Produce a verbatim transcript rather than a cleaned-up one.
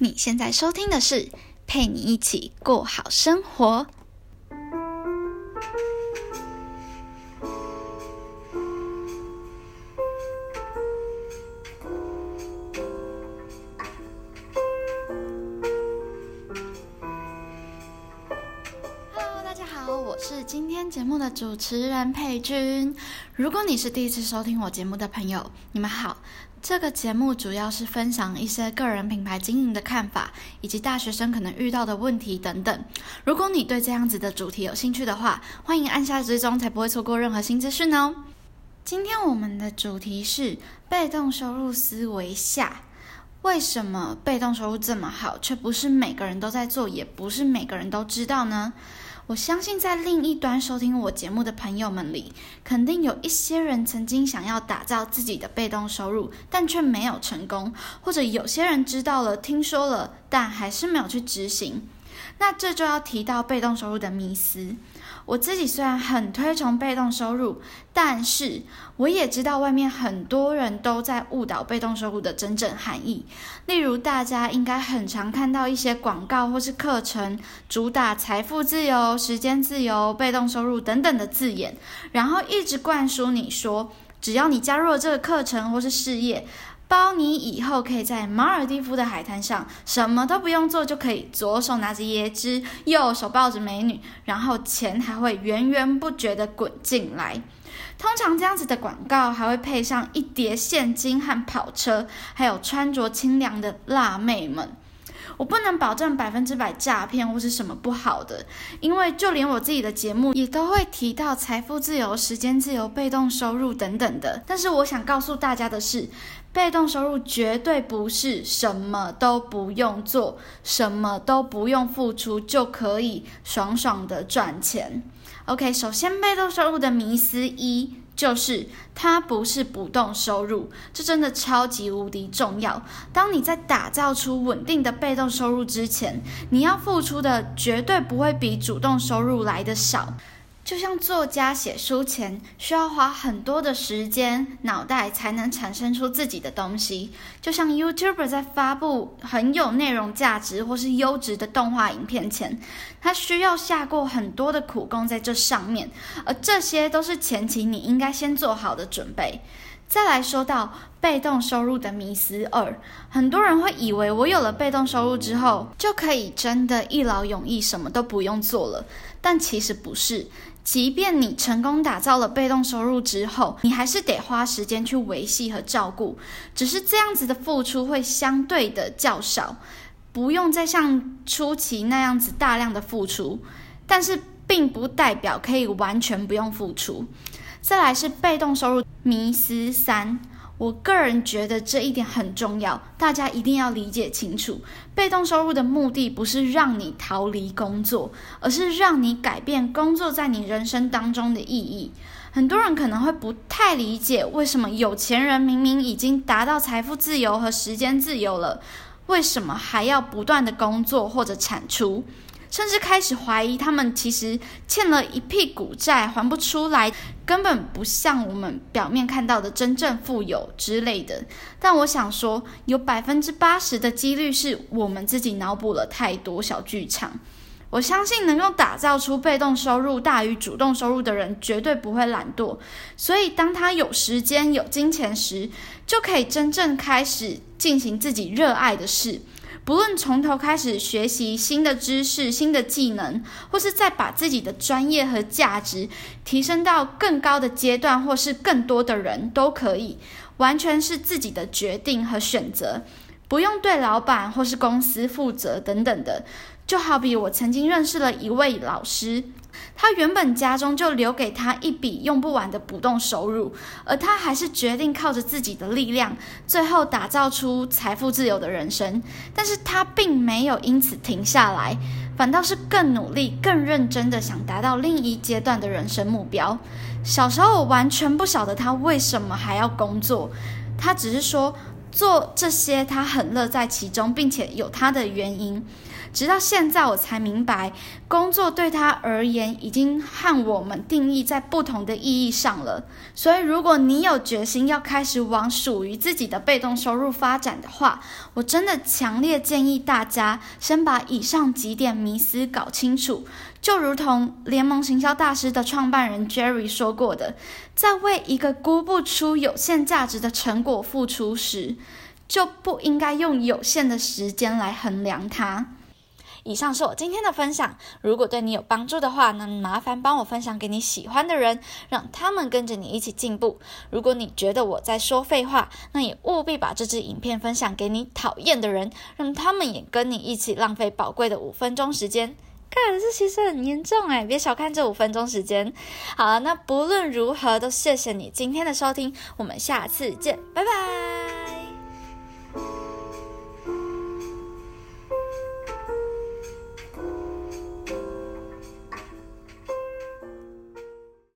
你现在收听的是陪你一起过好生活。我是今天节目的主持人佩君。如果你是第一次收听我节目的朋友，你们好。这个节目主要是分享一些个人品牌经营的看法，以及大学生可能遇到的问题等等。如果你对这样子的主题有兴趣的话，欢迎按下追踪，才不会错过任何新资讯哦。今天我们的主题是被动收入思维下，为什么被动收入这么好，却不是每个人都在做，也不是每个人都知道呢？我相信在另一端收听我节目的朋友们里，肯定有一些人曾经想要打造自己的被动收入，但却没有成功，或者有些人知道了、听说了，但还是没有去执行。那这就要提到被动收入的迷思。我自己虽然很推崇被动收入，但是我也知道外面很多人都在误导被动收入的真正含义。例如大家应该很常看到一些广告或是课程，主打财富自由、时间自由、被动收入等等的字眼，然后一直灌输你说，只要你加入了这个课程或是事业，包你以后可以在马尔地夫的海滩上什么都不用做，就可以左手拿着椰汁，右手抱着美女，然后钱还会源源不绝地滚进来。通常这样子的广告还会配上一叠现金和跑车，还有穿着清凉的辣妹们。我不能保证百分之百诈骗或是什么不好的，因为就连我自己的节目也都会提到财富自由、时间自由、被动收入等等的。但是我想告诉大家的是，被动收入绝对不是什么都不用做、什么都不用付出就可以爽爽的赚钱。OK， 首先被动收入的迷思一就是它不是不动收入，这真的超级无敌重要。当你在打造出稳定的被动收入之前，你要付出的绝对不会比主动收入来得少。就像作家写书前需要花很多的时间、脑袋才能产生出自己的东西，就像 YouTuber 在发布很有内容价值或是优质的动画影片前，他需要下过很多的苦功在这上面，而这些都是前期你应该先做好的准备。再来说到被动收入的迷思二，很多人会以为我有了被动收入之后，就可以真的一劳永逸，什么都不用做了，但其实不是。即便你成功打造了被动收入之后，你还是得花时间去维系和照顾，只是这样子的付出会相对的较少，不用再像初期那样子大量的付出，但是并不代表可以完全不用付出。再来是被动收入迷思三，我个人觉得这一点很重要，大家一定要理解清楚。被动收入的目的不是让你逃离工作，而是让你改变工作在你人生当中的意义。很多人可能会不太理解，为什么有钱人明明已经达到财富自由和时间自由了，为什么还要不断的工作或者产出，甚至开始怀疑他们其实欠了一屁股债还不出来，根本不像我们表面看到的真正富有之类的。但我想说，有 百分之八十 的几率是我们自己脑补了太多小剧场。我相信能够打造出被动收入大于主动收入的人绝对不会懒惰，所以当他有时间有金钱时，就可以真正开始进行自己热爱的事，不论从头开始学习新的知识、新的技能，或是再把自己的专业和价值提升到更高的阶段，或是更多的人都可以，完全是自己的决定和选择，不用对老板或是公司负责等等的。就好比我曾经认识了一位老师，他原本家中就留给他一笔用不完的不动收入，而他还是决定靠着自己的力量，最后打造出财富自由的人生。但是他并没有因此停下来，反倒是更努力、更认真的想达到另一阶段的人生目标。小时候我完全不晓得他为什么还要工作，他只是说， 做这些他很乐在其中，并且有他的原因。直到现在我才明白，工作对他而言已经和我们定义在不同的意义上了。所以如果你有决心要开始往属于自己的被动收入发展的话，我真的强烈建议大家先把以上几点迷思搞清楚。就如同联盟行销大师的创办人 Jerry 说过的，在为一个估不出有限价值的成果付出时，就不应该用有限的时间来衡量它。以上是我今天的分享，如果对你有帮助的话，那麻烦帮我分享给你喜欢的人，让他们跟着你一起进步。如果你觉得我在说废话，那也务必把这支影片分享给你讨厌的人，让他们也跟你一起浪费宝贵的五分钟时间。看，这其实很严重诶，别小看这五分钟时间。好了，那不论如何都谢谢你今天的收听，我们下次见，拜拜。